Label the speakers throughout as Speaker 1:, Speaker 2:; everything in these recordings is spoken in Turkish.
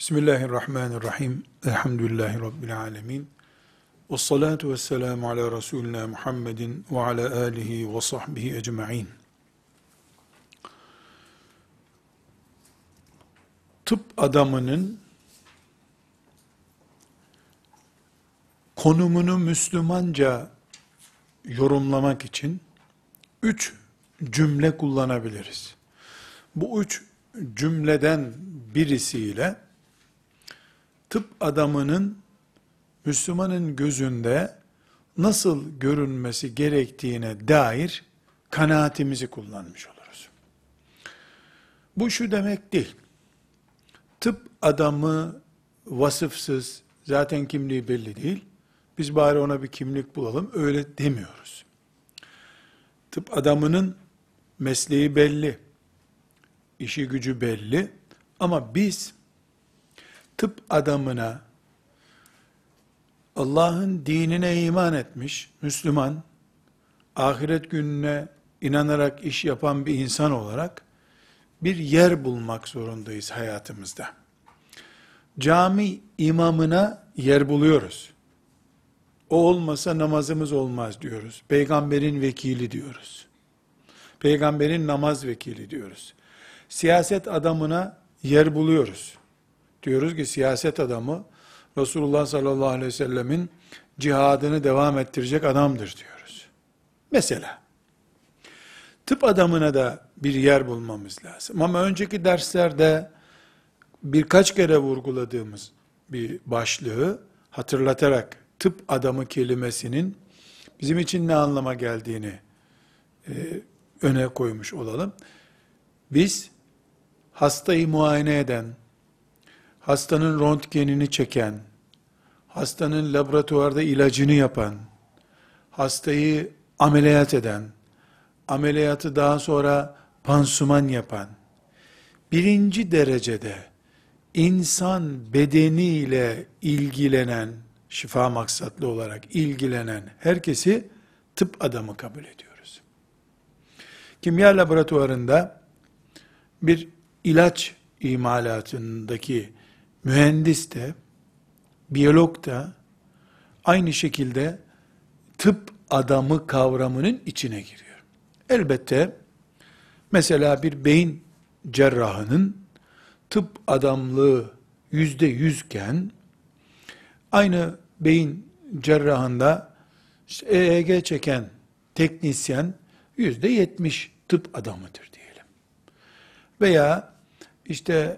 Speaker 1: Bismillahirrahmanirrahim. Elhamdülillahi Rabbil alemin. Vessalatu vesselamu ala Resulina Muhammedin ve ala alihi ve sahbihi ecma'in. Tıp adamının konumunu Müslümanca yorumlamak için 3 cümle kullanabiliriz. Bu 3 cümleden birisiyle tıp adamının Müslümanın gözünde nasıl görünmesi gerektiğine dair kanaatimizi kullanmış oluruz. Bu şu demek değil. Tıp adamı vasıfsız, zaten kimliği belli değil. Biz bari ona bir kimlik bulalım, öyle demiyoruz. Tıp adamının mesleği belli, işi gücü belli ama biz tıp adamına Allah'ın dinine iman etmiş, Müslüman, ahiret gününe inanarak iş yapan bir insan olarak bir yer bulmak zorundayız hayatımızda. Cami imamına yer buluyoruz. O olmasa namazımız olmaz diyoruz. Peygamberin vekili diyoruz. Peygamberin namaz vekili diyoruz. Siyaset adamına yer buluyoruz. Diyoruz ki siyaset adamı Resulullah sallallahu aleyhi ve sellemin cihadını devam ettirecek adamdır diyoruz. Mesela tıp adamına da bir yer bulmamız lazım. Ama önceki derslerde birkaç kere vurguladığımız bir başlığı hatırlatarak tıp adamı kelimesinin bizim için ne anlama geldiğini öne koymuş olalım. Biz hastayı muayene eden, hastanın röntgenini çeken, hastanın laboratuvarda ilacını yapan, hastayı ameliyat eden, ameliyatı daha sonra pansuman yapan, birinci derecede insan bedeniyle ilgilenen, şifa maksatlı olarak ilgilenen herkesi tıp adamı kabul ediyoruz. Kimya laboratuvarında bir ilaç imalatındaki mühendis de, biyolog da aynı şekilde tıp adamı kavramının içine giriyor. Elbette mesela bir beyin cerrahının tıp adamlığı %100 iken aynı beyin cerrahında işte EEG çeken teknisyen %70 tıp adamıdır diyelim. Veya işte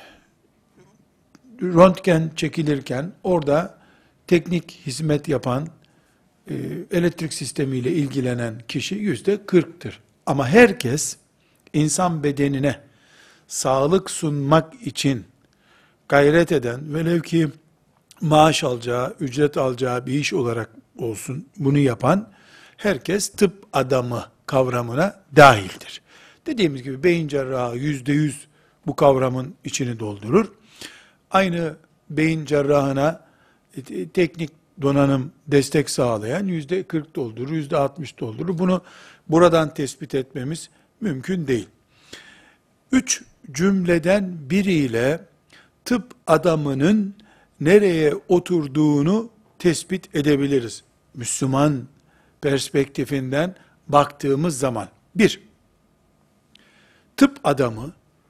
Speaker 1: röntgen çekilirken orada teknik hizmet yapan, elektrik sistemiyle ilgilenen kişi %40'tır. Ama herkes insan bedenine sağlık sunmak için gayret eden, velev ki maaş alacağı, ücret alacağı bir iş olarak olsun bunu yapan herkes tıp adamı kavramına dahildir. Dediğimiz gibi beyin cerrahı %100 bu kavramın içini doldurur. Aynı beyin cerrahına teknik donanım destek sağlayan %40 doldurur, %60 doldurur. Bunu buradan tespit etmemiz mümkün değil. 3 cümleden biriyle tıp adamının nereye oturduğunu tespit edebiliriz. Müslüman perspektifinden baktığımız zaman. 1. Tıp adamı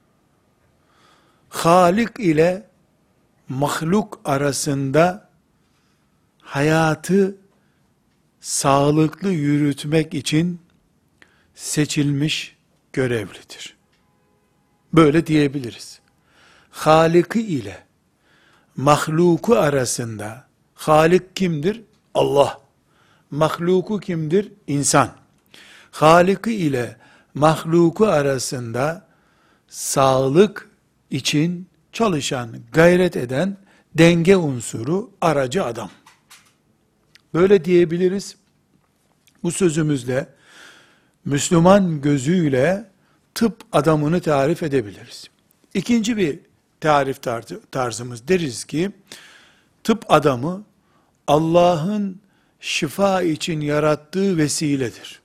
Speaker 1: Halik ile mahluk arasında hayatı sağlıklı yürütmek için seçilmiş görevlidir. Böyle diyebiliriz. Halik'i ile mahluku arasında, Halik kimdir? Allah. Mahluku kimdir? İnsan. Halik'i ile mahluku arasında sağlık için çalışan, gayret eden denge unsuru, aracı adam. Böyle diyebiliriz. Bu sözümüzle Müslüman gözüyle tıp adamını tarif edebiliriz. İkinci bir tarif tarzımız, deriz ki tıp adamı Allah'ın şifa için yarattığı vesiledir.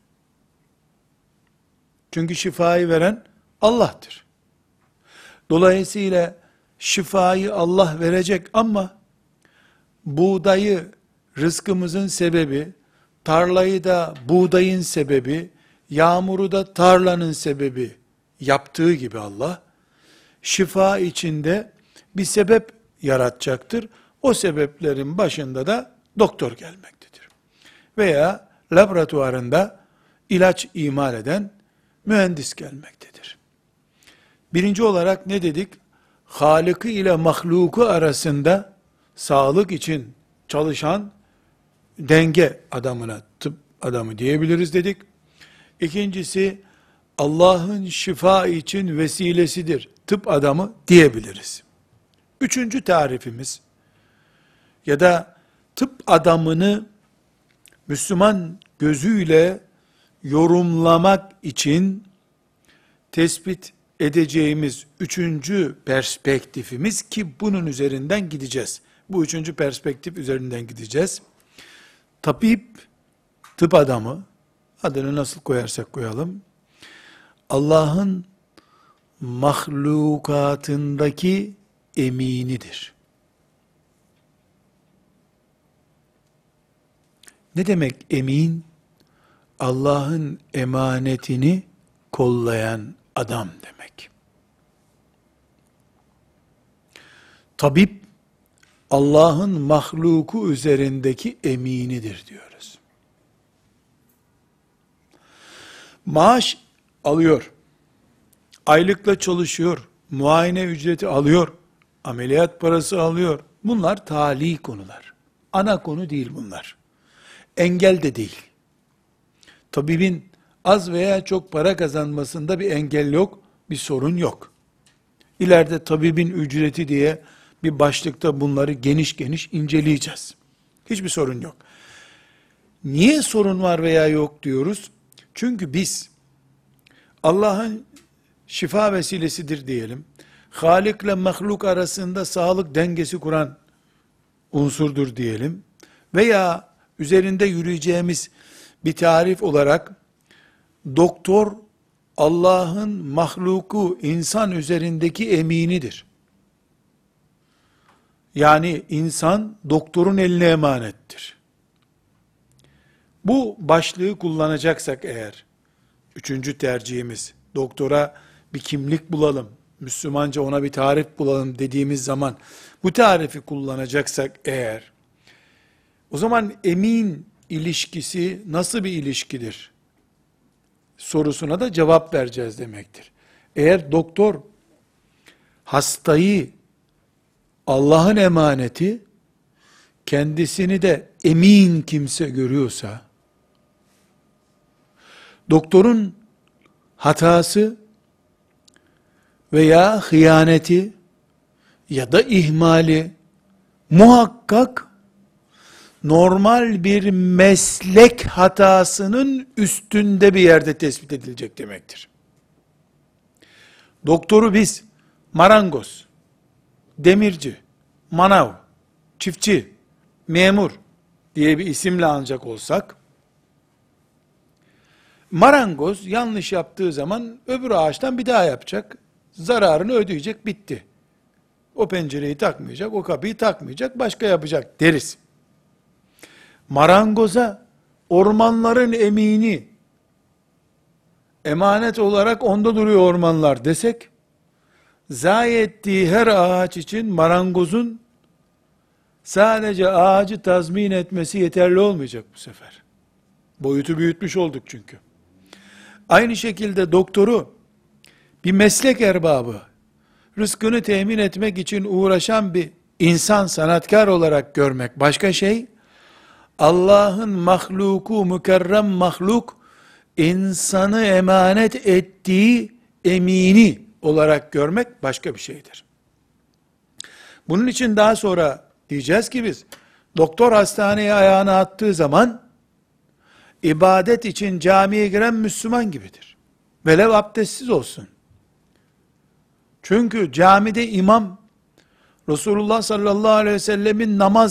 Speaker 1: Çünkü şifayı veren Allah'tır. Dolayısıyla şifayı Allah verecek ama buğdayı rızkımızın sebebi, tarlayı da buğdayın sebebi, yağmuru da tarlanın sebebi yaptığı gibi Allah, şifa içinde bir sebep yaratacaktır. O sebeplerin başında da doktor gelmektedir. Veya laboratuvarında ilaç imal eden mühendis gelmektedir. Birinci olarak ne dedik? Halık'ı ile mahluku arasında sağlık için çalışan denge adamına tıp adamı diyebiliriz dedik. İkincisi, Allah'ın şifa için vesilesidir tıp adamı diyebiliriz. Üçüncü tarifimiz ya da tıp adamını Müslüman gözüyle yorumlamak için tespit edeceğimiz üçüncü perspektifimiz ki bunun üzerinden gideceğiz. Bu üçüncü perspektif üzerinden gideceğiz. Tabip, tıp adamı, adını nasıl koyarsak koyalım, Allah'ın mahlukatındaki eminidir. Ne demek emin? Allah'ın emanetini kollayan adam demek. Tabip, Allah'ın mahluku üzerindeki eminidir diyoruz. Maaş alıyor, aylıkla çalışıyor, muayene ücreti alıyor, ameliyat parası alıyor. Bunlar tali konular. Ana konu değil bunlar. Engel de değil. Tabibin az veya çok para kazanmasında bir engel yok, bir sorun yok. İleride tabibin ücreti diye bir başlıkta bunları geniş geniş inceleyeceğiz. Hiçbir sorun yok. Niye sorun var veya yok diyoruz? Çünkü biz Allah'ın şifa vesilesidir diyelim. Halik ile mahluk arasında sağlık dengesi kuran unsurdur diyelim. Veya üzerinde yürüyeceğimiz bir tarif olarak doktor Allah'ın mahluku insan üzerindeki eminidir. Yani insan doktorun eline emanettir. Bu başlığı kullanacaksak eğer, üçüncü tercihimiz, doktora bir kimlik bulalım, Müslümanca ona bir tarif bulalım dediğimiz zaman, bu tarifi kullanacaksak eğer, o zaman emin ilişkisi nasıl bir ilişkidir? Sorusuna da cevap vereceğiz demektir. Eğer doktor, hastayı Allah'ın emaneti, kendisini de emin kimse görüyorsa, doktorun hatası veya hıyaneti ya da ihmali muhakkak normal bir meslek hatasının üstünde bir yerde tespit edilecek demektir. Doktoru biz marangoz, demirci, manav, çiftçi, memur diye bir isimle anacak olsak, marangoz yanlış yaptığı zaman öbür ağaçtan bir daha yapacak, zararını ödeyecek, bitti. O pencereyi takmayacak, o kapıyı takmayacak, başka yapacak deriz. Marangoza ormanların emini, emanet olarak onda duruyor ormanlar desek, zayi ettiği her ağaç için marangozun sadece ağacı tazmin etmesi yeterli olmayacak bu sefer. Boyutu büyütmüş olduk çünkü. Aynı şekilde doktoru bir meslek erbabı, rızkını temin etmek için uğraşan bir insan, sanatkar olarak görmek başka şey. Allah'ın mahluku, mükerrem mahluk, insanı emanet ettiği emini olarak görmek başka bir şeydir. Bunun için daha sonra diyeceğiz ki biz, doktor hastaneye ayağını attığı zaman, ibadet için camiye giren Müslüman gibidir. Velev abdestsiz olsun. Çünkü camide imam, Resulullah sallallahu aleyhi ve sellemin namaz